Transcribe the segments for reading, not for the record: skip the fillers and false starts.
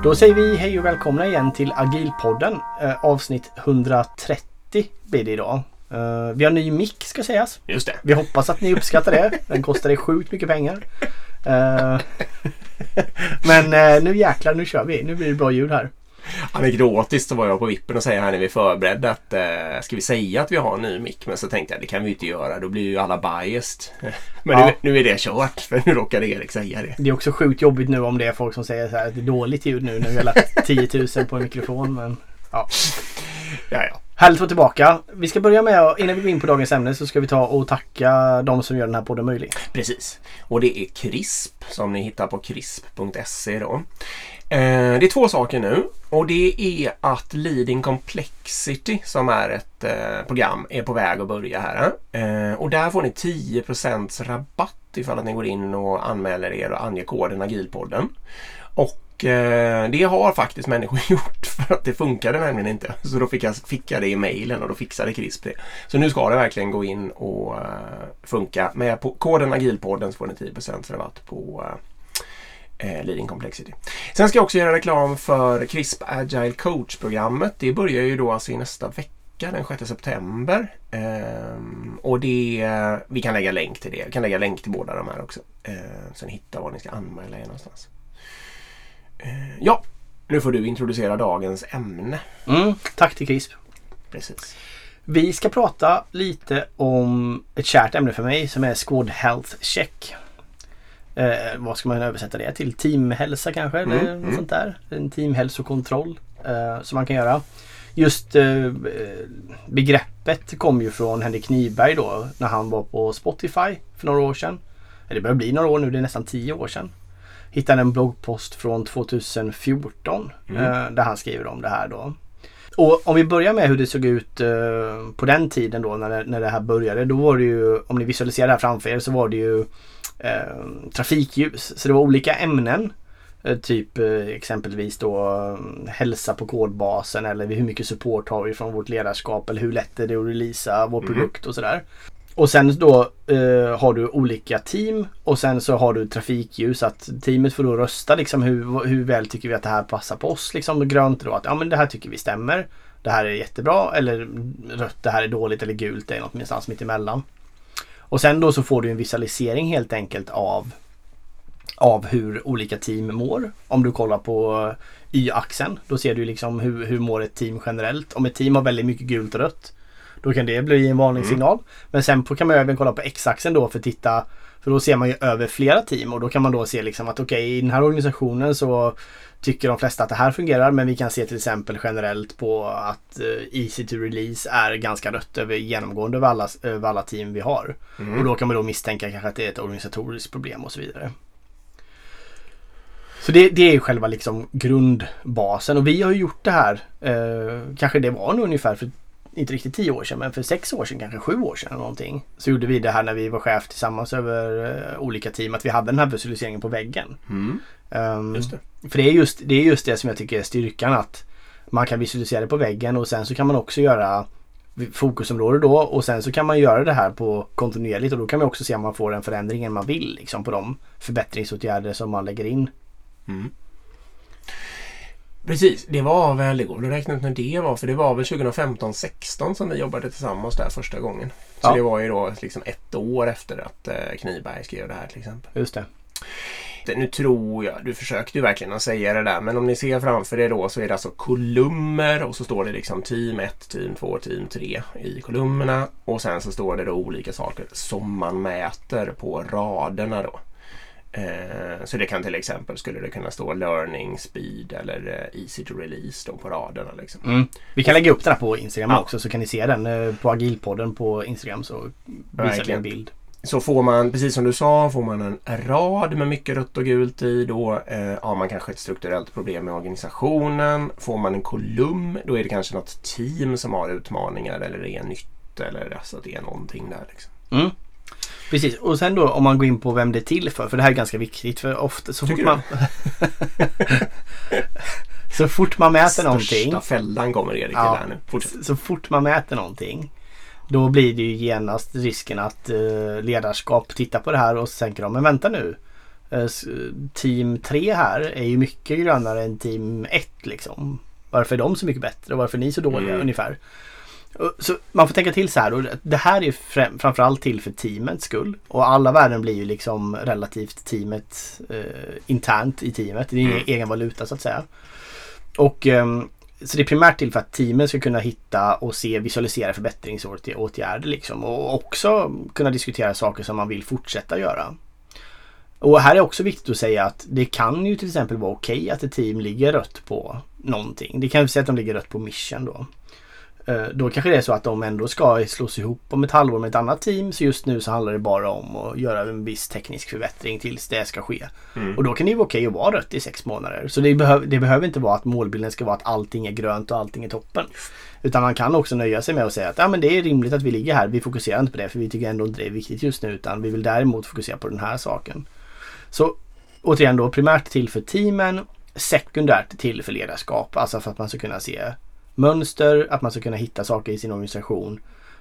Då säger vi hej och välkomna igen till Agilpodden. Avsnitt 130 blir det idag. Vi har ny mick ska sägas. Just det. Vi hoppas att ni uppskattar det. Den kostar dig sjukt mycket pengar. Men nu jäklar, nu kör vi. Nu blir det bra ljud här. Anekdotiskt så var jag på vippen och säga här när vi förberedde att ska vi säga att vi har en ny mick, men så tänkte jag det kan vi inte göra, då blir ju alla biased. Men ja. nu är det kört, för nu råkade Erik säga det. Det är också sjukt jobbigt nu om det är folk som säger så här att det är dåligt ljud nu när vi har lagt 10 000 på en mikrofon, men ja. Ja. Härligt att vara tillbaka. Vi ska börja med, innan vi går in på dagens ämne så ska vi ta och tacka de som gör den här podden möjlig. Precis. Och det är CRISP som ni hittar på crisp.se då. Det är 2 saker nu, och det är att Leading Complexity som är ett program är på väg att börja här. Och där får ni 10% rabatt ifall att ni går in och anmäler er och anger koden Agilpodden. Och det har faktiskt människor gjort, för att det funkade nämligen inte. Så då fick jag det i mejlen och då fixade CRISP det. Så nu ska det verkligen gå in och funka. Med koden Agilpodden så får ni 10% rabatt på Leading Complexity. Sen ska jag också göra reklam för CRISP Agile Coach-programmet. Det börjar ju då alltså i nästa vecka, den 6 september. Och vi kan lägga länk till det. Vi kan lägga länk till båda de här också. Sen hitta var ni ska anmäla er någonstans. Ja, nu får du introducera dagens ämne. Tack till CRISP. Precis. Vi ska prata lite om ett kärt ämne för mig som är Squad Health Check. Vad ska man översätta det till? Teamhälsa kanske? Eller något sånt där. En teamhälsokontroll som man kan göra. Just begreppet kom ju från Henrik Nyberg då när han var på Spotify för några år sedan. Det börjar bli några år nu, det är nästan 10 år sedan. Hittade en bloggpost från 2014 där han skriver om det här då. Och om vi börjar med hur det såg ut på den tiden då när det här började, då var det ju, om ni visualiserar det här framför er, så var det ju trafikljus. Så det var olika ämnen, typ exempelvis då hälsa på kodbasen, eller hur mycket support har vi från vårt ledarskap, eller hur lätt är det att releasa vår produkt och sådär. Och sen då har du olika team, och sen så har du trafikljus, att teamet får då rösta liksom hur väl tycker vi att det här passar på oss liksom. Grönt då att ja, men det här tycker vi stämmer, det här är jättebra, eller rött det här är dåligt, eller gult det är något någonstans mitt emellan. Och sen då så får du en visualisering helt enkelt av hur olika team mår. Om du kollar på Y-axeln, då ser du liksom hur mår ett team generellt. Om ett team har väldigt mycket gult och rött, då kan det bli en varningssignal. Men sen kan man även kolla på X-axeln då för då ser man ju över flera team, och då kan man då se liksom att okej, i den här organisationen så tycker de flesta att det här fungerar, men vi kan se till exempel generellt på att easy to release är ganska rött genomgående över alla team vi har. Och då kan man då misstänka kanske att det är ett organisatoriskt problem och så vidare. Så det är själva liksom grundbasen, och vi har ju gjort det här kanske det var nog ungefär för inte riktigt 10 år sedan, men för 6 år sedan, kanske 7 år sedan eller någonting, så gjorde vi det här när vi var chef tillsammans över olika team, att vi hade den här visualiseringen på väggen. Just det. För det är just det som jag tycker är styrkan, att man kan visualisera det på väggen, och sen så kan man också göra fokusområde då, och sen så kan man göra det här på kontinuerligt, och då kan man också se om man får den förändringen man vill liksom, på de förbättringsåtgärder som man lägger in. Precis, det var väl, det går att räkna ut när det var, för det var väl 2015-16 som vi jobbade tillsammans där första gången. Så det var ju då liksom 1 år efter att Kniberg skrev det här till exempel. Just det. Nu tror jag, du försökte ju verkligen att säga det där, men om ni ser framför er då så är det alltså kolumner, och så står det liksom team 1, team 2, team 3 i kolumnerna, och sen så står det då olika saker som man mäter på raderna då. Så det kan till exempel, skulle det kunna stå learning speed eller easy to release då på raderna liksom. Vi kan lägga upp den här på Instagram också, så kan ni se den på Agilpodden på Instagram, så visar vi en bild. Så får man, precis som du sa, får man en rad med mycket rött och gult i, då har man kanske ett strukturellt problem med organisationen. Får man en kolumn, då är det kanske något team som har utmaningar, eller det är nytt, eller alltså det är någonting där liksom. Precis, och sen då om man går in på vem det är till för det här är ganska viktigt, för ofta så så fort man mäter någonting, största fällan kommer Erik till där nu. Fortsätt. Så fort man mäter någonting, då blir det ju genast risken att ledarskap tittar på det här och så tänker de, men vänta nu, Team 3 här är ju mycket grönare än Team 1 liksom. Varför är de så mycket bättre och varför är ni så dåliga ungefär? Så man får tänka till så här, och det här är ju framförallt till för teamets skull, och alla värden blir ju liksom relativt teamet internt i teamet, det är ingen egen valuta så att säga, och så det är primärt till för att teamen ska kunna hitta och visualisera förbättringsåtgärder liksom, och också kunna diskutera saker som man vill fortsätta göra. Och här är också viktigt att säga att det kan ju till exempel vara okej att ett team ligger rött på någonting. Det kan ju säga att de ligger rött på mission då. Då kanske det är så att de ändå ska slås ihop om ett halvår med ett annat team, så just nu så handlar det bara om att göra en viss teknisk förbättring tills det ska ske. Och då kan det ju vara okej att vara rött i 6 månader. Så det behöver inte vara att målbilden ska vara att allting är grönt och allting är toppen. Utan man kan också nöja sig med att säga att ja, men det är rimligt att vi ligger här, vi fokuserar inte på det för vi tycker ändå inte det är viktigt just nu, utan vi vill däremot fokusera på den här saken. Så återigen då, primärt till för teamen, sekundärt till för ledarskap, alltså för att man ska kunna se mönster, att man ska kunna hitta saker i sin organisation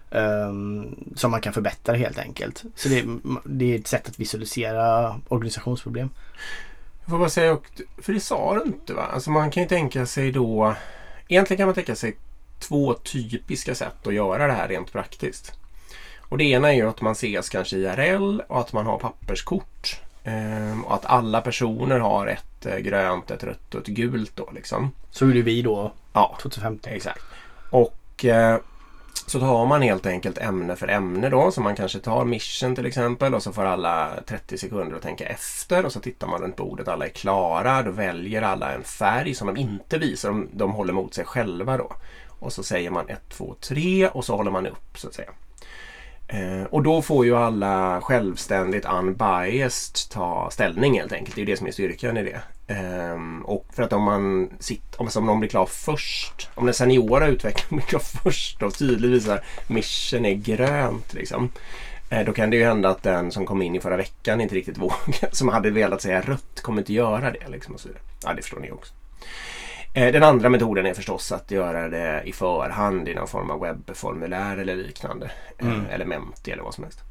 som man kan förbättra helt enkelt. Så det är ett sätt att visualisera organisationsproblem. Jag får bara säga, för det sa du inte va? Alltså man kan ju tänka sig då, egentligen kan man tänka sig 2 typiska sätt att göra det här rent praktiskt. Och det ena är ju att man ses kanske IRL och att man har papperskort. Och att alla personer har ett grönt, ett rött och ett gult då liksom. Så gjorde vi då 2015. Exakt. Och så tar man helt enkelt ämne för ämne då. Så man kanske tar mission till exempel, och så får alla 30 sekunder att tänka efter, och så tittar man runt bordet, alla är klara, då väljer alla en färg som de inte visar, de håller mot sig själva då. Och så säger man 1, 2, 3 och så håller man upp så att säga. Och då får ju alla självständigt unbiased ta ställning helt enkelt. Det är ju det som är styrkan i det. Och för att om någon blir klar först, om den seniora utvecklaren blir klar först och tydligt visar mission är grönt liksom, då kan det ju hända att den som kom in i förra veckan inte riktigt vågar, som hade velat säga rött, kommer inte göra det liksom, och så vidare. Ja, det förstår ni också. Den andra metoden är förstås att göra det i förhand i någon form av webbformulär eller liknande. Eller Menti eller vad som helst.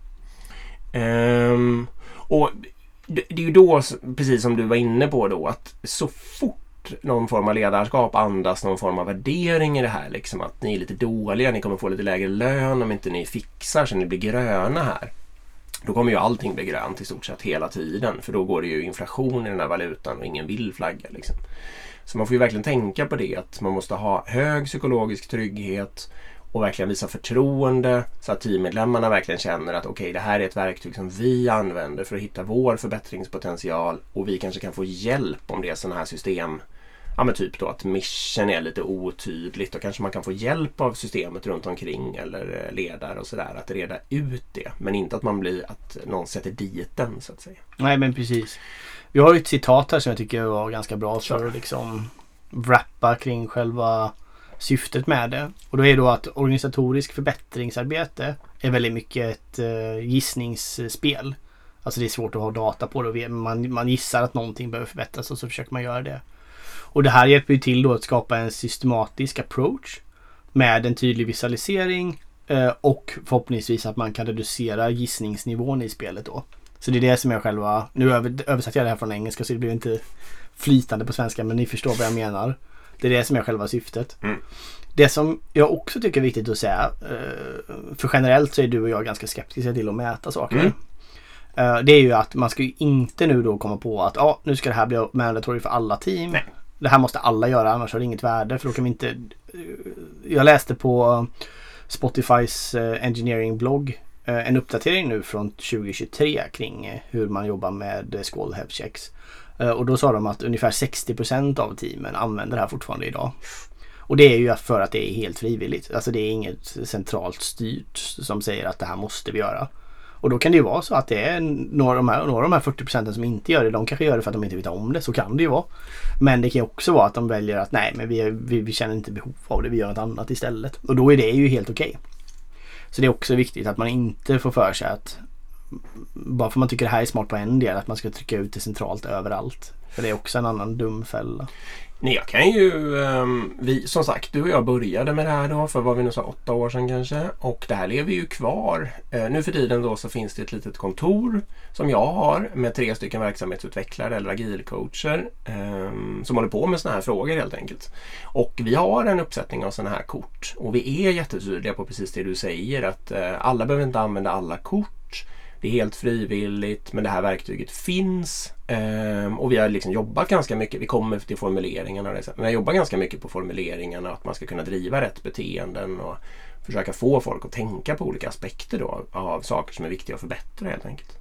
Och det är ju då, precis som du var inne på då, att så fort någon form av ledarskap andas någon form av värdering i det här, liksom att ni är lite dåliga, ni kommer få lite lägre lön om inte ni fixar så ni blir gröna här. Då kommer ju allting bli grönt i stort sett hela tiden, för då går det ju inflation i den här valutan och ingen vill flagga liksom. Så man får ju verkligen tänka på det, att man måste ha hög psykologisk trygghet och verkligen visa förtroende så att teammedlemmarna verkligen känner att okej, det här är ett verktyg som vi använder för att hitta vår förbättringspotential, och vi kanske kan få hjälp om det är sådana här system. Ja, men typ då att mission är lite otydligt, och kanske man kan få hjälp av systemet runt omkring eller ledare och sådär att reda ut det, men inte att någon sätter dit den så att säga. Nej, men precis. Vi har ju ett citat här som jag tycker var ganska bra för att liksom wrappa kring själva syftet med det. Och då är då att organisatorisk förbättringsarbete är väldigt mycket ett gissningsspel. Alltså det är svårt att ha data på det. Man gissar att någonting behöver förbättras och så försöker man göra det. Och det här hjälper ju till då att skapa en systematisk approach med en tydlig visualisering och förhoppningsvis att man kan reducera gissningsnivån i spelet då. Så det är det som jag själva, nu översätter jag det här från engelska så det blir inte flytande på svenska, men ni förstår vad jag menar. Det är det som är själva syftet. Det som jag också tycker är viktigt att säga, för generellt så är du och jag ganska skeptiska till att mäta saker. Det är ju att man ska ju inte nu då komma på att nu ska det här bli mandatory för alla team. Nej. Det här måste alla göra, annars har det inget värde, för då kan vi inte. Jag läste på Spotifys engineering-blogg en uppdatering nu från 2023 kring hur man jobbar med Squad Health Checks. Och då sa de att ungefär 60% av teamen använder det här fortfarande idag. Och det är ju för att det är helt frivilligt. Alltså det är inget centralt styrt som säger att det här måste vi göra. Och då kan det ju vara så att det är några av de här 40% som inte gör det. De kanske gör det för att de inte vet om det. Så kan det ju vara. Men det kan ju också vara att de väljer att nej, men vi känner inte behov av det. Vi gör något annat istället. Och då är det ju helt okej. Så det är också viktigt att man inte får för sig att bara för man tycker det här är smart på en del, att man ska trycka ut det centralt överallt. För det är också en annan dum fälla. Nej, jag kan ju, som sagt, du och jag började med det här då för vad vi nu sa 8 år sedan kanske, och det här lever ju kvar. Nu för tiden då så finns det ett litet kontor som jag har med 3 stycken verksamhetsutvecklare eller agilcoacher som håller på med såna här frågor helt enkelt. Och vi har en uppsättning av såna här kort och vi är jättetydliga på precis det du säger, att alla behöver inte använda alla kort. Det är helt frivilligt, men det här verktyget finns och vi har liksom jobbat ganska mycket, vi kommer till formuleringarna, men vi har jobbat ganska mycket på formuleringarna, att man ska kunna driva rätt beteenden och försöka få folk att tänka på olika aspekter då, av saker som är viktiga att förbättra helt enkelt.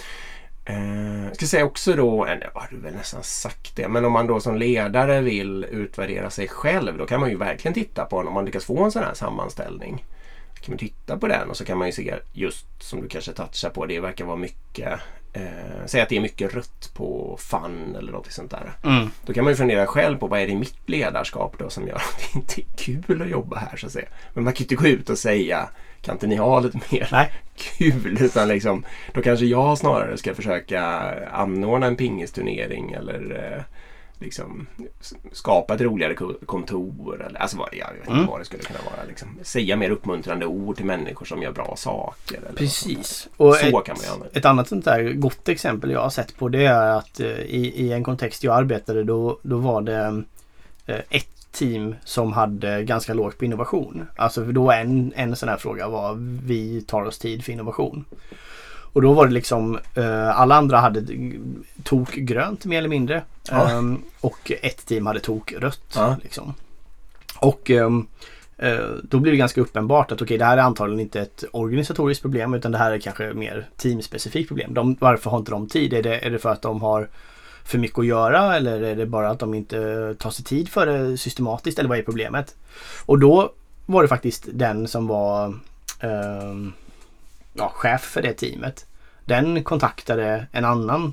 Jag ska säga också då, har du väl nästan sagt det, men om man då som ledare vill utvärdera sig själv, då kan man ju verkligen titta på om man lyckas få en sån här sammanställning. Kan man titta på den och så kan man ju se, just som du kanske touchar på, det verkar vara mycket säg att det är mycket rött på fun eller något sånt där. Då kan man ju fundera själv på vad är det i mitt ledarskap då som gör att det inte är kul att jobba här så att säga. Men man kan ju inte gå ut och säga, kan inte ni ha lite mer kul, utan liksom, då kanske jag snarare ska försöka anordna en pingisturnering eller liksom skapa ett roligare kontor eller, alltså jag vet inte vad det skulle kunna vara liksom. Säga mer uppmuntrande ord till människor som gör bra saker eller precis. Och så kan man ju använda. Ett annat sånt där gott exempel jag har sett på det är att i en kontext jag arbetade då var det ett team som hade ganska lågt på innovation. Alltså för då en sån här fråga var, vi tar oss tid för innovation. Och då var det liksom alla andra hade tok grönt mer eller mindre. Och ett team hade tok rött. Liksom. Och då blir det ganska uppenbart att det här är antagligen inte ett organisatoriskt problem, utan det här är kanske mer teamspecifikt problem. Varför har inte de tid? Är det för att de har för mycket att göra, eller är det bara att de inte tar sig tid för det systematiskt, eller vad är problemet? Och då var det faktiskt den som var chef för det teamet. Den kontaktade en annan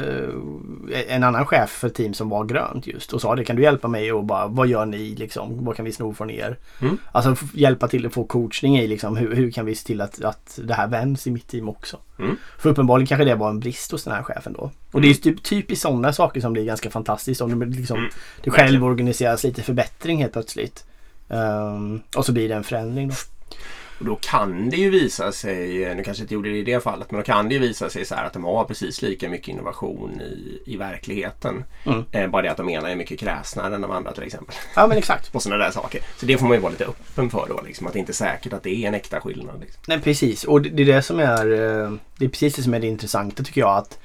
chef för team som var grönt just och sa, det kan du hjälpa mig och bara, vad gör ni liksom, vad kan vi sno från er? Alltså hjälpa till att få coachning i liksom, hur kan vi se till att det här vänds i mitt team också? För uppenbarligen kanske det var en brist hos den här chefen då. Och det är typiskt sådana saker som blir ganska fantastiskt om det liksom, det själv organiseras lite förbättring helt plötsligt. Och så blir det en förändring då. Och då kan det ju visa sig, nu kanske inte gjorde det i det fallet, men då kan det ju visa sig så här att de har precis lika mycket innovation i verkligheten. Bara det att de ena är mycket kräsnare än de andra till exempel. Ja, men exakt. Och sådana där saker. Så det får man ju vara lite öppen för då, liksom, att det inte är säkert att det är en äkta skillnad. Liksom. Nej, precis. Och det är det som är, det är precis det som är det intressanta tycker jag, att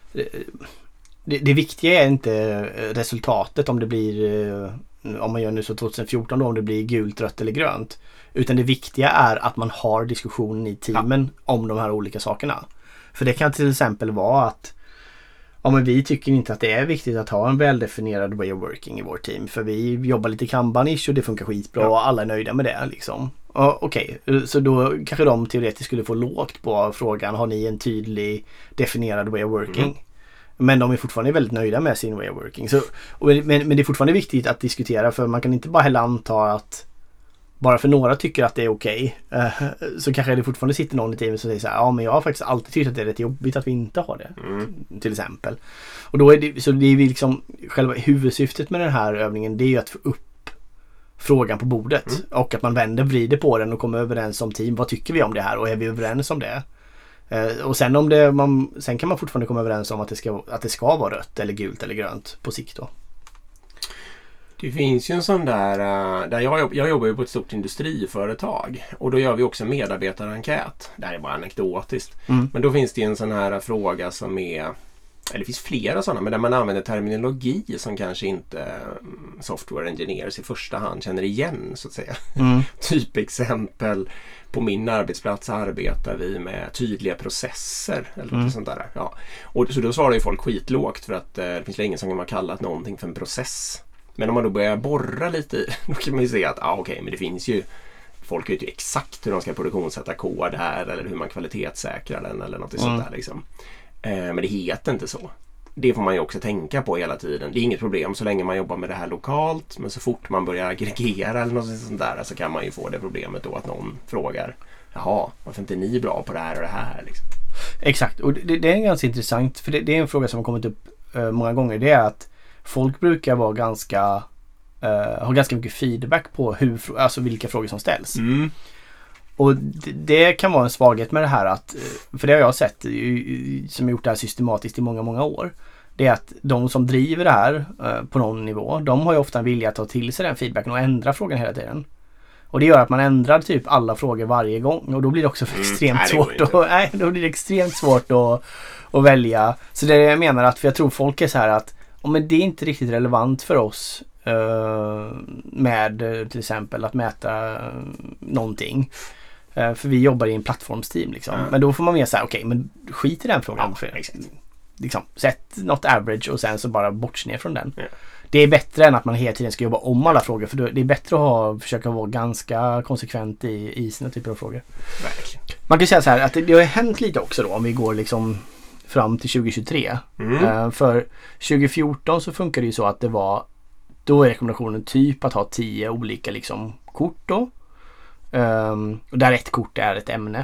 det viktiga är inte resultatet om det blir, om man gör nu så 2014 då, om det blir gult, rött eller grönt. Utan det viktiga är att man har diskussionen i teamen om de här olika sakerna. För det kan till exempel vara att men vi tycker inte att det är viktigt att ha en väldefinierad way of working i vårt team. För vi jobbar lite Kanban-ish och det funkar skitbra och alla är nöjda med det. Liksom. Okej, så då kanske de teoretiskt skulle få lågt på frågan, har ni en tydlig definierad way of working? Men de är fortfarande väldigt nöjda med sin way of working. Men det är fortfarande viktigt att diskutera, för man kan inte bara heller anta att bara för några tycker att det är okej, så kanske det fortfarande sitter någon i teamet som säger så här, men jag har faktiskt alltid tyckt att det är rätt jobbigt att vi inte har det. Till exempel. Och då är det, så det är liksom själva huvudsyftet med den här övningen, det är ju att få upp frågan på bordet och att man vrider på den och kommer överens som team. Vad tycker vi om det här och är vi överens om det? Och sen sen kan man fortfarande komma överens om att det ska vara rött eller gult eller grönt på sikt då. Det finns ju en sån där jag jobbar ju på ett stort industriföretag och då gör vi också medarbetarenkät. Det här är bara anekdotiskt. Men då finns det en sån här fråga som är, eller det finns flera sådana, men där man använder terminologi som kanske inte software engineers i första hand känner igen så att säga. Typ exempel, på min arbetsplats arbetar vi med tydliga processer eller något sånt där. Ja. Och så då svarar ju folk skitlågt för att det finns ingen som har kallat någonting för en process. Men om man då börjar borra lite i, då kan man ju se att okej, men det finns ju, folk vet ju exakt hur de ska produktionssätta kod här eller hur man kvalitetssäkrar den eller något sånt där liksom. Men det heter inte så. Det får man ju också tänka på hela tiden. Det är inget problem så länge man jobbar med det här lokalt, men så fort man börjar aggregera eller något sånt där så kan man ju få det problemet då att någon frågar, jaha, varför inte ni bra på det här och det här liksom. Exakt, och det är ganska intressant för det är en fråga som har kommit upp många gånger. Det är att folk brukar vara ganska ha ganska mycket feedback på alltså vilka frågor som ställs. Och det kan vara en svaghet med det här att, för det har jag sett som gjort det här systematiskt i många år, det är att de som driver det här på någon nivå, de har ju ofta en vilja att ta till sig den feedbacken och ändra frågan hela tiden. Och det gör att man ändrar typ alla frågor varje gång och då blir det också extremt svårt då blir det extremt svårt att välja. Så det är det jag menar, att för jag tror folk är så här att men det är inte riktigt relevant för oss med till exempel att mäta någonting. För vi jobbar i en plattformsteam liksom. Men då får man mer säga okej, men skit i den frågan. Liksom, sätt något average och sen så bara borts ner från den. Det är bättre än att man hela tiden ska jobba om alla frågor, för det är bättre att försöka vara ganska konsekvent i sina typer av frågor. Verkligen. Man kan säga så här att det har hänt lite också då om vi går liksom fram till 2023. För 2014 så funkar det ju så att då är rekommendationen typ att ha 10 olika liksom kort då. Och där ett kort är ett ämne.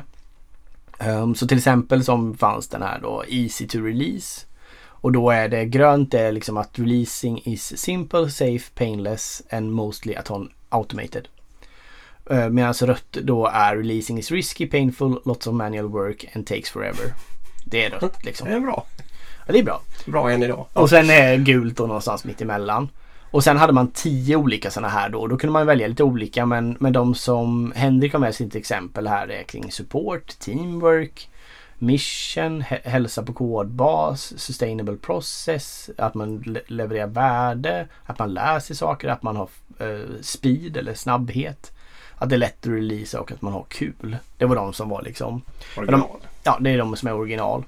Så till exempel som fanns den här då Easy to release. Och då är det grönt är liksom att releasing is simple, safe, painless and mostly automated. Medan rött då är releasing is risky, painful, lots of manual work and takes forever. Det är rött liksom. Det är bra. Ja, det är bra. Bra än idag. Och sen är gult då någonstans mitt emellan. Och sen hade man 10 olika sådana här då. Då kunde man välja lite olika, men de som Henrik har med sitt exempel här är kring support, teamwork, mission, hälsa på kodbas, sustainable process, att man levererar värde, att man lär sig saker, att man har speed eller snabbhet, att det är lätt att releasa och att man har kul. Det var de som var liksom original. Det är de som är original.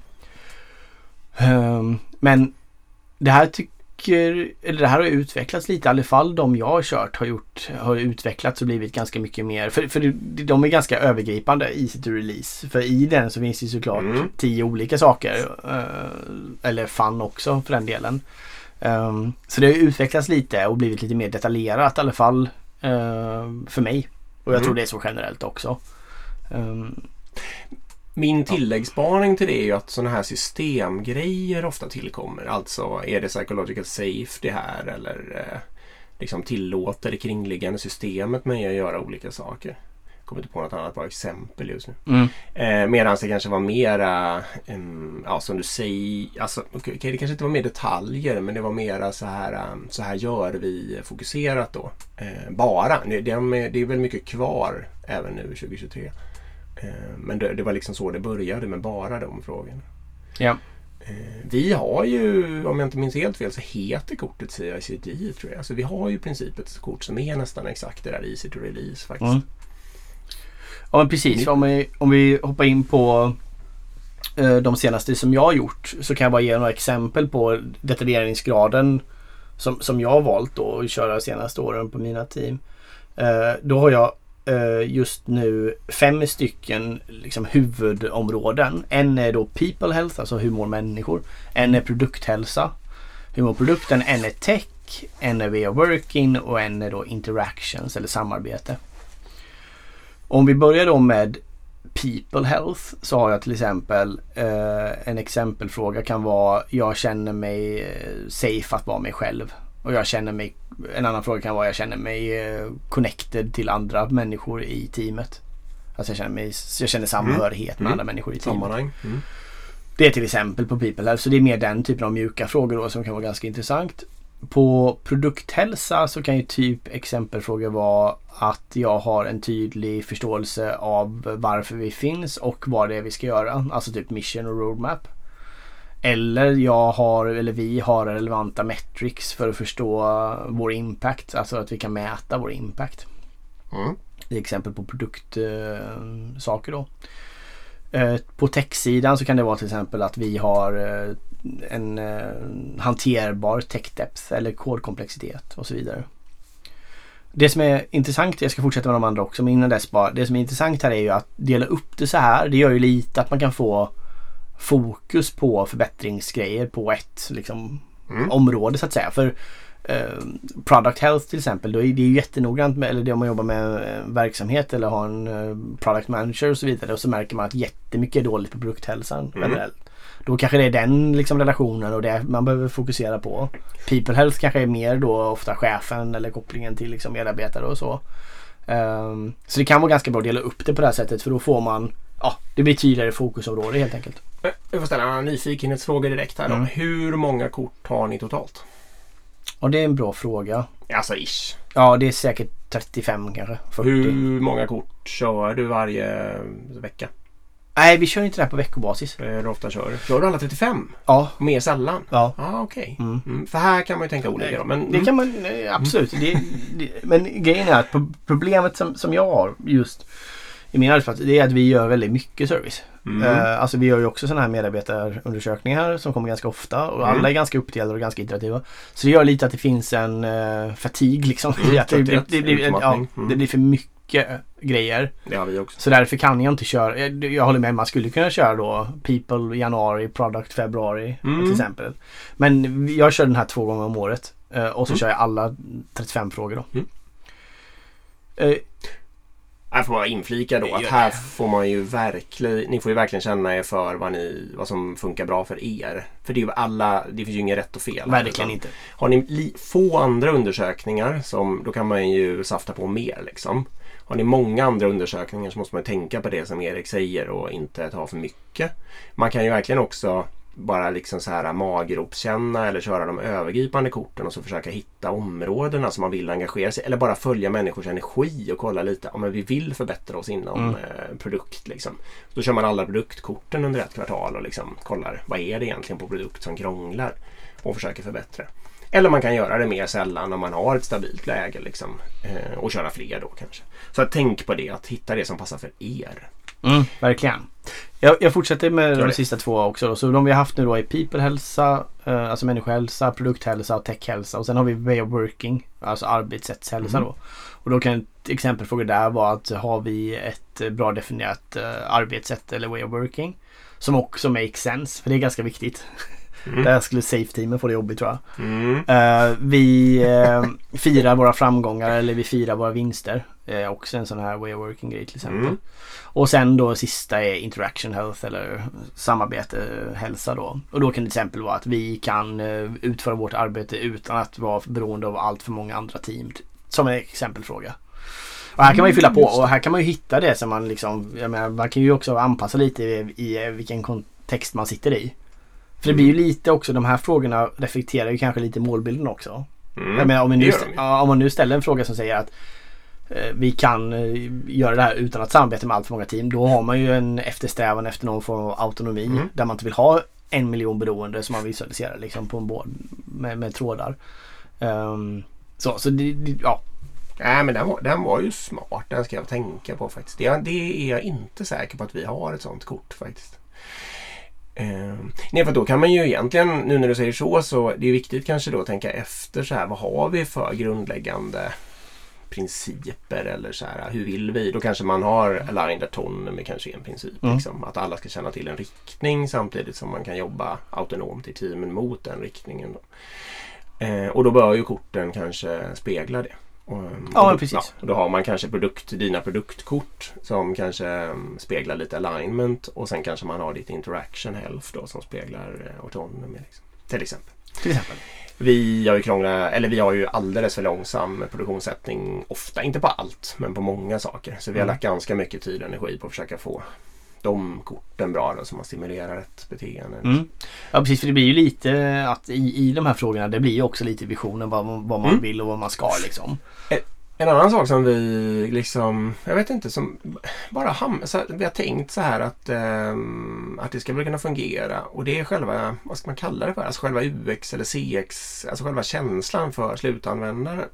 Men det här det här har utvecklats lite, i alla fall de jag har kört har utvecklats och blivit ganska mycket mer, för de är ganska övergripande easy to release, för i den så finns det såklart 10 olika saker eller fun också för den delen, så det har utvecklats lite och blivit lite mer detaljerat i alla fall för mig, och jag tror det är så generellt också. Min tilläggsspaning till det är ju att sådana här systemgrejer ofta tillkommer. Alltså, är det psychological safe det här, eller liksom tillåter det kringliggande systemet med att göra olika saker. Jag kommer inte på något annat bra exempel just nu. Medan det kanske var mera som du säger, alltså, okay, det kanske inte var mer detaljer, men det var mera så här gör vi fokuserat då. Bara, det är väl mycket kvar även nu 2023. Men det var liksom så det började med bara de frågorna. Ja. Vi har ju, om jag inte minns helt fel, så heter kortet CICD tror jag. Så vi har ju i princip ett kort som är nästan exakt det där easy to release faktiskt. Ja, men precis. Om vi hoppar in på de senaste som jag har gjort, så kan jag bara ge några exempel på detaljeringsgraden som jag har valt då att köra senaste åren på mina team. Då har jag just nu 5 stycken liksom huvudområden. En är då people health, alltså hur mår människor. En är produkthälsa, hur mår produkten. En är tech, en är way of working och en är då interactions eller samarbete. Om vi börjar då med people health, så har jag till exempel en exempelfråga kan vara: jag känner mig safe att vara mig själv. Och en annan fråga kan vara: jag känner mig connected till andra människor i teamet. Alltså jag känner samhörighet med andra människor i teamet. Det är till exempel på people health, så det är mer den typen av mjuka frågor då som kan vara ganska intressant. På produkthälsa så kan ju typ exempelfrågor vara att jag har en tydlig förståelse av varför vi finns och vad det är vi ska göra. Alltså typ mission och roadmap. Eller vi har relevanta metrics för att förstå vår impact. Alltså att vi kan mäta vår impact. Det är exempel på produktsaker då. På tech-sidan så kan det vara till exempel att vi har en hanterbar tech-depth eller kodkomplexitet och så vidare. Det som är intressant, jag ska fortsätta med de andra också, men innan dess bara, det som är intressant här är ju att dela upp det så här. Det gör ju lite att man kan få fokus på förbättringsgrejer på ett liksom, område så att säga. För product health till exempel, då är det ju jättenoggrant med, eller det om man jobbar med verksamhet eller har en product manager och så vidare, och så märker man att jättemycket är dåligt på produkthälsan generellt. Då kanske det är den liksom relationen och det man behöver fokusera på. People health kanske är mer då ofta chefen eller kopplingen till liksom medarbetare och så. Så det kan vara ganska bra att dela upp det på det här sättet, för då får man, det blir tydligare fokusområde helt enkelt. Jag får ställa en nyfikenhetsfråga direkt här då. Hur många kort har ni totalt? Ja, det är en bra fråga. Alltså ish. Ja, det är säkert 35 kanske. 40. Hur många kort kör du varje vecka? Nej, vi kör inte det här på veckobasis. Hur ofta kör du? Kör du alla 35? Ja. Mer sällan? Ja. Okej. För här kan man ju tänka olika då. Men, det kan man, absolut. Men grejen är att problemet som jag har just i min arbetsplats, det är att vi gör väldigt mycket service. Alltså vi gör ju också sådana här medarbetarundersökningar som kommer ganska ofta, och alla är ganska uppdelade och ganska iterativa. Så det gör lite att det finns en fatigue liksom. Att det blir för mycket grejer. Det har vi också. Så därför kan jag inte köra, jag håller med, man skulle kunna köra då People januari, Product februari till exempel. Men jag kör den här 2 gånger om året och så kör jag alla 35 frågor då. Jag får bara inflika då att här får man ju ni får ju verkligen känna er för vad som funkar bra för er. För det är ju det finns ju inget rätt och fel. Verkligen inte. Har ni få andra undersökningar då kan man ju safta på mer liksom. Har ni många andra undersökningar så måste man tänka på det som Erik säger och inte ta för mycket. Man kan ju verkligen också bara liksom så här magropskänna eller köra de övergripande korten och så försöka hitta områdena som man vill engagera sig, eller bara följa människors energi och kolla lite om vi vill förbättra oss inom produkt liksom. Då kör man alla produktkorten under ett kvartal och liksom kollar vad är det egentligen på produkt som krånglar och försöker förbättra. Eller man kan göra det mer sällan om man har ett stabilt läge liksom, och köra fler då kanske. Så tänk på det, att hitta det som passar för er. Verkligen. Jag fortsätter med de sista 2 också då. Så de vi har haft nu då är people-hälsa, alltså människohälsa, produkthälsa och techhälsa, och sen har vi way of working, alltså arbetssättshälsa då. Och då kan ett exempelfråga där vara att har vi ett bra definierat arbetssätt eller way of working som också makes sense, för det är ganska viktigt. Där skulle safe-teamen få det jobbigt tror jag. Vi firar våra framgångar eller vi firar våra vinster. Också en sån här way of working grej till exempel. Och sen då sista är interaction health eller samarbete hälsa då. Och då kan det till exempel vara att vi kan utföra vårt arbete utan att vara beroende av allt för många andra team. Som en exempelfråga. Och här kan man ju fylla på, och här kan man ju hitta det som man liksom, jag menar, man kan ju också anpassa lite i vilken kontext man sitter i. För det blir ju lite också, de här frågorna reflekterar ju kanske lite målbilden också. Jag menar, om man nu ställer en fråga som säger att vi kan göra det här utan att samarbeta med allt för många team, då har man ju en eftersträvan efter någon form av autonomi där man inte vill ha 1 miljon beroende som man visualiserar liksom på en board med trådar. Så ja. Nej, men den var ju smart, den ska jag tänka på faktiskt. Det är jag inte säker på att vi har ett sånt kort faktiskt. Nej, för då kan man ju egentligen, nu när du säger så det är viktigt kanske då att tänka efter så här, vad har vi för grundläggande principer eller så här, hur vill vi? Då kanske man har aligned autonomy med kanske en princip liksom, att alla ska känna till en riktning samtidigt som man kan jobba autonomt i teamen mot den riktningen då. Och då bör ju korten kanske spegla det. Ja, precis. Ja, då har man kanske dina produktkort som kanske speglar lite alignment, och sen kanske man har ditt interaction health då som speglar autonomy liksom. Till exempel. Vi har ju alldeles för långsam produktionssättning ofta, inte på allt men på många saker. Så vi har lagt ganska mycket tid och energi på att försöka få de korten bra då, som man stimulerar ett beteende. Ja, precis, för det blir ju lite att i de här frågorna, det blir ju också lite visionen vad man vill och vad man ska liksom. En annan sak som vi liksom, jag vet inte, som bara vi har tänkt så här att det ska väl kunna fungera, och det är själva, vad ska man kalla det för, alltså själva UX eller CX, alltså själva känslan för slutanvändaren.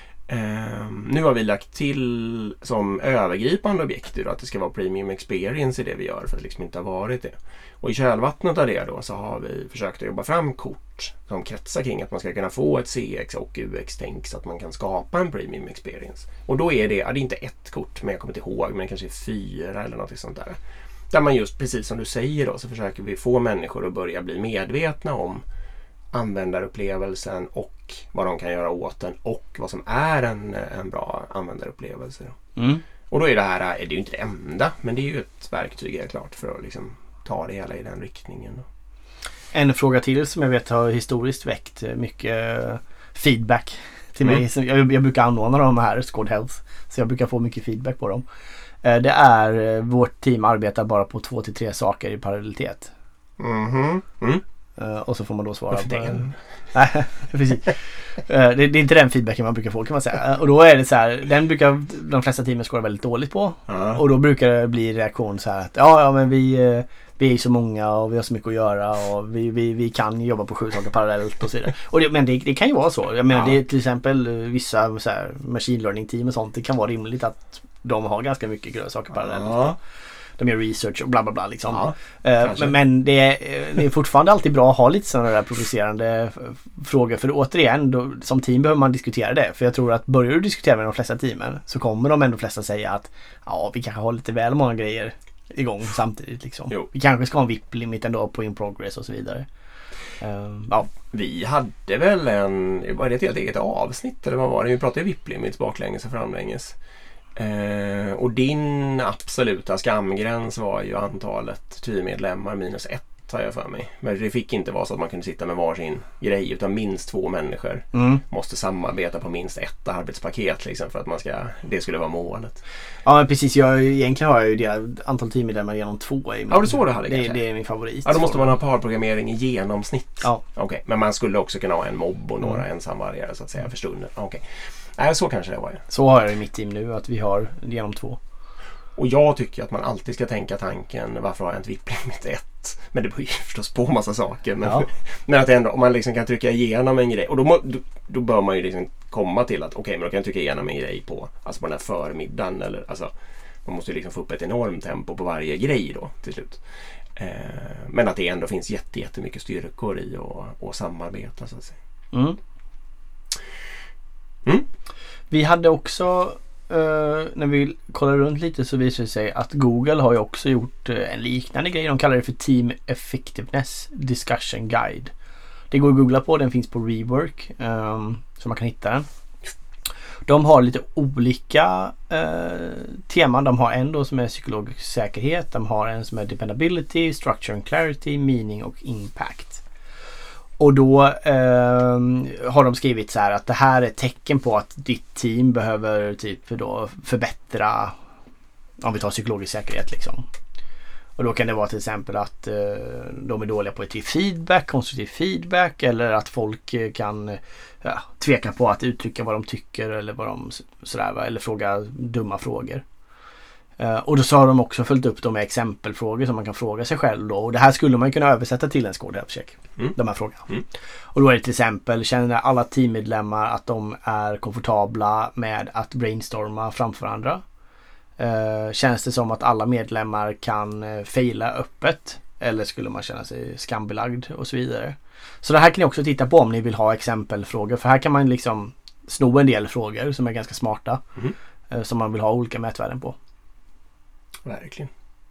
Nu har vi lagt till som övergripande objekt att det ska vara premium experience i det vi gör, för att det liksom inte har varit det. Och i kölvattnet av det då så har vi försökt att jobba fram kort som kretsar kring att man ska kunna få ett CX och UX-tänk så att man kan skapa en premium experience. Och då är det är inte ett kort, men jag kommer inte ihåg, men kanske 4 eller något sånt där. Där man just precis som du säger då, så försöker vi få människor att börja bli medvetna om användarupplevelsen och och vad de kan göra åt den och vad som är en bra användarupplevelse. Och då är det här, det är ju inte det enda, men det är ju ett verktyg helt klart för att liksom ta det hela i den riktningen. En fråga till som jag vet har historiskt väckt mycket feedback till mig. Så jag brukar anordna de här Squad Health, så jag brukar få mycket feedback på dem. Det är vårt team arbetar bara på 2 till 3 saker i parallellitet. Och så får man då svara på den. Nej, precis. Det är inte den feedbacken man brukar få, kan man säga. Och då är det så här, den brukar de flesta teamen skåra väldigt dåligt på. Och då brukar det bli reaktion så här att ja men vi är så många och vi har så mycket att göra och vi kan jobba på 7 saker parallellt och så vidare. Och men det kan ju vara så. Jag menar, det är till exempel vissa så här machine learning team och sånt, det kan vara rimligt att de har ganska mycket saker parallellt. De gör research och bla bla bla liksom. Men det är fortfarande alltid bra att ha lite sådana där provocerande frågor, för återigen då, som team behöver man diskutera det, för jag tror att börjar du diskutera med de flesta teamen så kommer de ändå flesta säga att vi kanske har lite väl många grejer igång samtidigt liksom. Vi kanske ska ha en VIP-limit ändå på in progress och så vidare. Vi hade väl var det ett helt eget avsnitt eller vad var det? Vi pratade VIP-limits baklänges och framlänges. Och din absoluta skamgräns var ju antalet teammedlemmar -1 har jag för mig. Men det fick inte vara så att man kunde sitta med varsin grej, utan minst 2 människor måste samarbeta på minst 1 arbetspaket liksom, för att det skulle vara målet. Ja men precis, egentligen har jag ju det antal teammedlemmar genom 2 i min, det så det hade det är min favorit. Ja, då måste man ha parprogrammering i genomsnitt. Ja. Okej, men man skulle också kunna ha en mobb och några ensamvargare så att säga för stunden. Okej. Nej, så kanske det var ju. Så har jag i mitt team nu, att vi har genom 2. Och jag tycker att man alltid ska tänka tanken, varför har jag inte VIP-limit 1? Men det beror ju förstås på massa saker. Men att ändå, om man liksom kan trycka igenom en grej, och då bör man ju liksom komma till att men då kan jag trycka igenom en grej på den här förmiddagen. Eller, alltså, man måste ju liksom få upp ett enormt tempo på varje grej då till slut. Men att det ändå finns jättemycket styrkor i att samarbeta så att säga. Vi hade också när vi kollar runt lite så visar det sig att Google har ju också gjort en liknande grej. De kallar det för Team Effectiveness Discussion Guide. Det går att googla på, den finns på Rework så man kan hitta den. De har lite olika teman. De har en då som är psykologisk säkerhet. De har en som är dependability, structure and clarity, meaning och impact. Och då har de skrivit så här att det här är ett tecken på att ditt team behöver typ då förbättra, om vi tar psykologisk säkerhet liksom. Och då kan det vara till exempel att de är dåliga på att ge feedback, konstruktiv feedback, eller att folk kan tveka på att uttrycka vad de tycker eller vad de sådär, eller fråga dumma frågor. Och då så har de också följt upp de med exempelfrågor som man kan fråga sig själv då. Och det här skulle man kunna översätta till en Squad Health Check. De här frågorna. Och då är det till exempel, känner alla teammedlemmar att de är komfortabla med att brainstorma framför andra? Känns det som att alla medlemmar kan faila öppet? Eller skulle man känna sig skambelagd och så vidare? Så det här kan ni också titta på om ni vill ha exempelfrågor. För här kan man liksom sno en del frågor som är ganska smarta. Som man vill ha olika mätvärden på. Verkligen.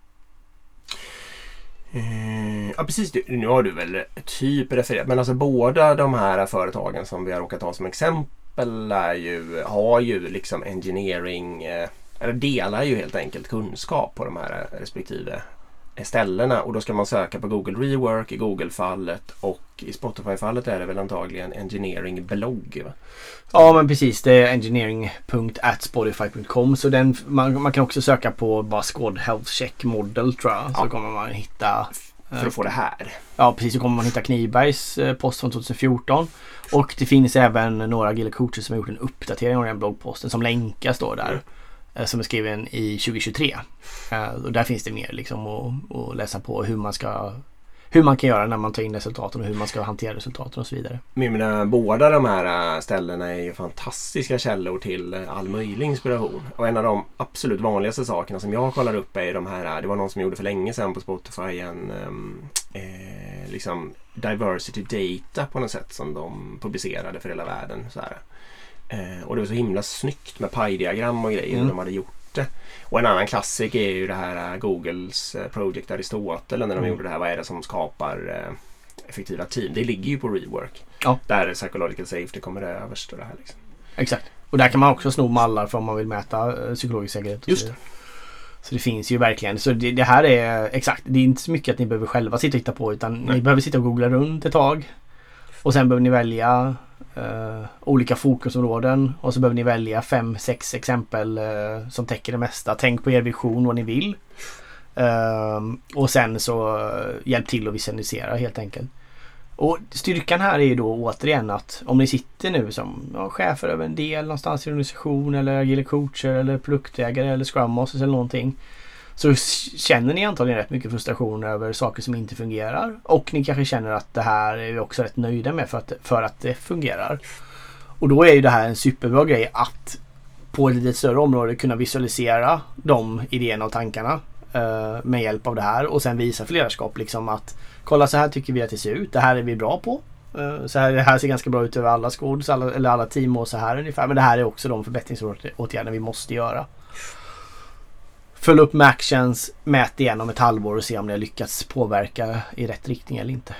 Ja precis, nu har du väl typ refererat, men alltså båda de här företagen som vi har råkat ha som exempel har ju liksom engineering, eller delar ju helt enkelt kunskap på de här respektive ställena, och då ska man söka på Google Rework i Google-fallet, och i Spotify-fallet är det väl antagligen engineering-blogg, va? Ja men precis, det är engineering.spotify.com, så man kan också söka på bara Squad Health Check Model tror jag, så kommer man hitta för att få det här. Ja precis, så kommer man hitta Knivbergs post från 2014, och det finns även några agila coacher som har gjort en uppdatering av den bloggposten som länkas då där. Som är skriven i 2023. Och där finns det mer liksom att läsa på hur man kan göra när man tar in resultaten och hur man ska hantera resultaten och så vidare. Men båda de här ställena är ju fantastiska källor till all möjlig inspiration. Och en av de absolut vanligaste sakerna som jag kollar upp är de här, det var någon som gjorde för länge sedan på Spotify liksom diversity data på något sätt som de publicerade för hela världen så här. Och det var så himla snyggt med pie-diagram och grejer de hade gjort det. Och en annan klassiker är ju det här Googles Project Aristotle när de gjorde det här, vad är det som skapar effektiva team. Det ligger ju på Rework. Ja. Där psychological safety kommer det överst och det här liksom. Exakt. Och där kan man också sno mallar för om man vill mäta psykologisk säkerhet. Just det. Så det finns ju verkligen. Så det här är exakt. Det är inte så mycket att ni behöver själva sitta och hitta på, utan ni behöver sitta och googla runt ett tag. Och sen behöver ni välja olika fokusområden. Och så behöver ni välja 5-6 exempel som täcker det mesta. Tänk på er vision, vad ni vill. Och sen så hjälp till att visualisera helt enkelt. Och styrkan här är ju då återigen att om ni sitter nu som chefer över en del någonstans i organisation eller agila coacher eller produktägare eller scrum masters eller någonting, så känner ni antagligen rätt mycket frustration över saker som inte fungerar, och ni kanske känner att det här är vi också rätt nöjda med för att det fungerar. Och då är ju det här en superbra grej att på ett lite större område kunna visualisera de idéerna och tankarna med hjälp av det här, och sen visa för ledarskap liksom att kolla, så här tycker vi att det ser ut, det här är vi bra på, så här, det här ser ganska bra ut över alla squads eller alla team och så här ungefär, men det här är också de förbättringsåtgärder vi måste göra. Följ upp med actions, mät igen om ett halvår och se om ni har lyckats påverka i rätt riktning eller inte.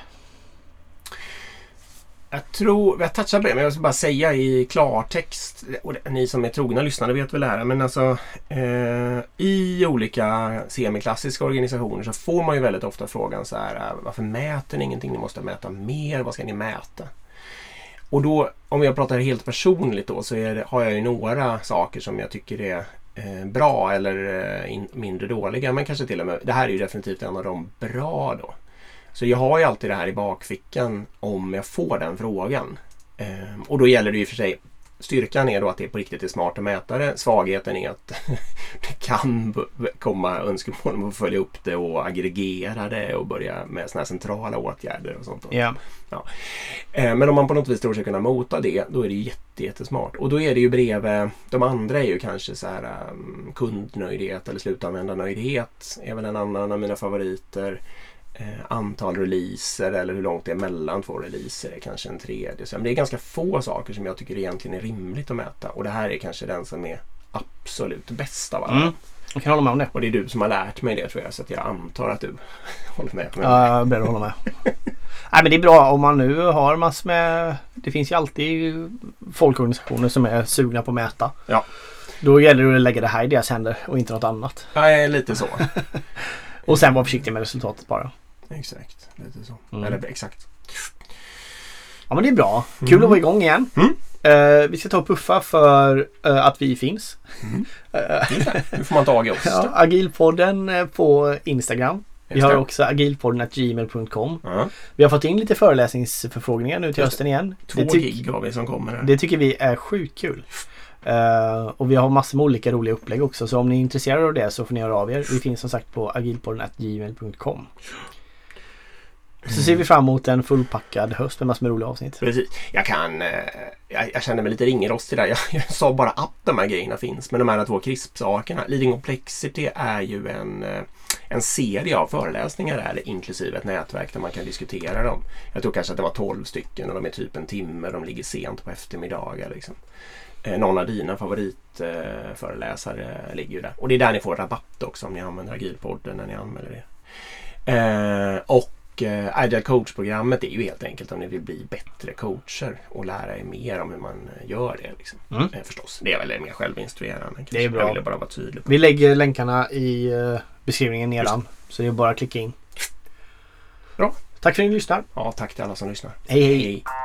Jag tror, jag touchar på det, men jag ska bara säga i klartext, och ni som är trogna lyssnare vet väl det här, men alltså i olika semiklassiska organisationer så får man ju väldigt ofta frågan så här: varför mäter ni ingenting? Ni måste mäta mer, vad ska ni mäta? Och då, om jag pratar helt personligt då, så har jag ju några saker som jag tycker är bra eller mindre dåliga, men kanske till och med, det här är ju definitivt en av de bra då. Så jag har ju alltid det här i bakfickan om jag får den frågan. Och då gäller det ju för sig, styrkan är då att det på riktigt är smart att mäta det. Svagheten är att det kan komma önskemål om att följa upp det och aggregera det och börja med såna här centrala åtgärder och sånt. Yeah. Ja. Men om man på något vis tror sig kunna mota det, då är det jättesmart. Och då är det ju bredvid, de andra är ju kanske så här kundnöjdhet eller slutanvändarnöjdhet är väl en annan av mina favoriter. Antal releaser eller hur långt det är mellan 2 releaser är kanske en tredje. Så det är ganska få saker som jag tycker egentligen är rimligt att mäta. Och det här är kanske den som är absolut bäst av alla. Jag kan hålla med om det. Och det är du som har lärt mig det, tror jag. Så att jag antar att du håller med. Ja, jag är beredd att hålla med. Nej, men det är bra om man nu har massor med... Det finns ju alltid folkorganisationer som är sugna på att mäta. Ja. Då gäller det att lägga det här i deras händer och inte något annat. Nej, lite så. Och sen vara försiktig med resultatet bara. Exakt, lite så. Eller exakt. Ja, men det är bra. Kul att vara igång igen. Vi ska ta och puffa för att vi finns. Nu får man tag i oss. Ja, Agilpodden på Instagram. Vi har också agilpodden@gmail.com. Vi har fått in lite föreläsningsförfrågningar nu till hösten igen. 2 gig har vi som kommer här. Det tycker vi är sjukt kul. Och vi har massor med olika roliga upplägg också. Så om ni är intresserade av det så får ni höra av er. Vi finns som sagt på agilpodden@gmail.com. Så ser vi fram emot en fullpackad höst med massor med roliga avsnitt. Precis. Jag känner mig lite ringerostig där. Jag sa bara att de här grejerna finns. Men de här 2 CRISP-sakerna. Leading Complexity är ju en serie av föreläsningar här, inklusive ett nätverk där man kan diskutera dem. Jag tror kanske att det var 12 stycken och de är typ en timme. De ligger sent på eftermiddagar liksom. Någon av dina favoritföreläsare ligger ju där. Och det är där ni får rabatt också om ni använder Agilpodden när ni anmäler det. Och Agile Coach-programmet är ju helt enkelt om ni vill bli bättre coacher och lära er mer om hur man gör det. Liksom. Förstås. Det är väl mer självinstruerande. Det är bra. Jag ville bara vara tydlig på. Vi lägger länkarna i beskrivningen nedan. Så det är bara att klicka in. Bra. Tack för att ni lyssnar. Ja, tack till alla som lyssnar. Hej.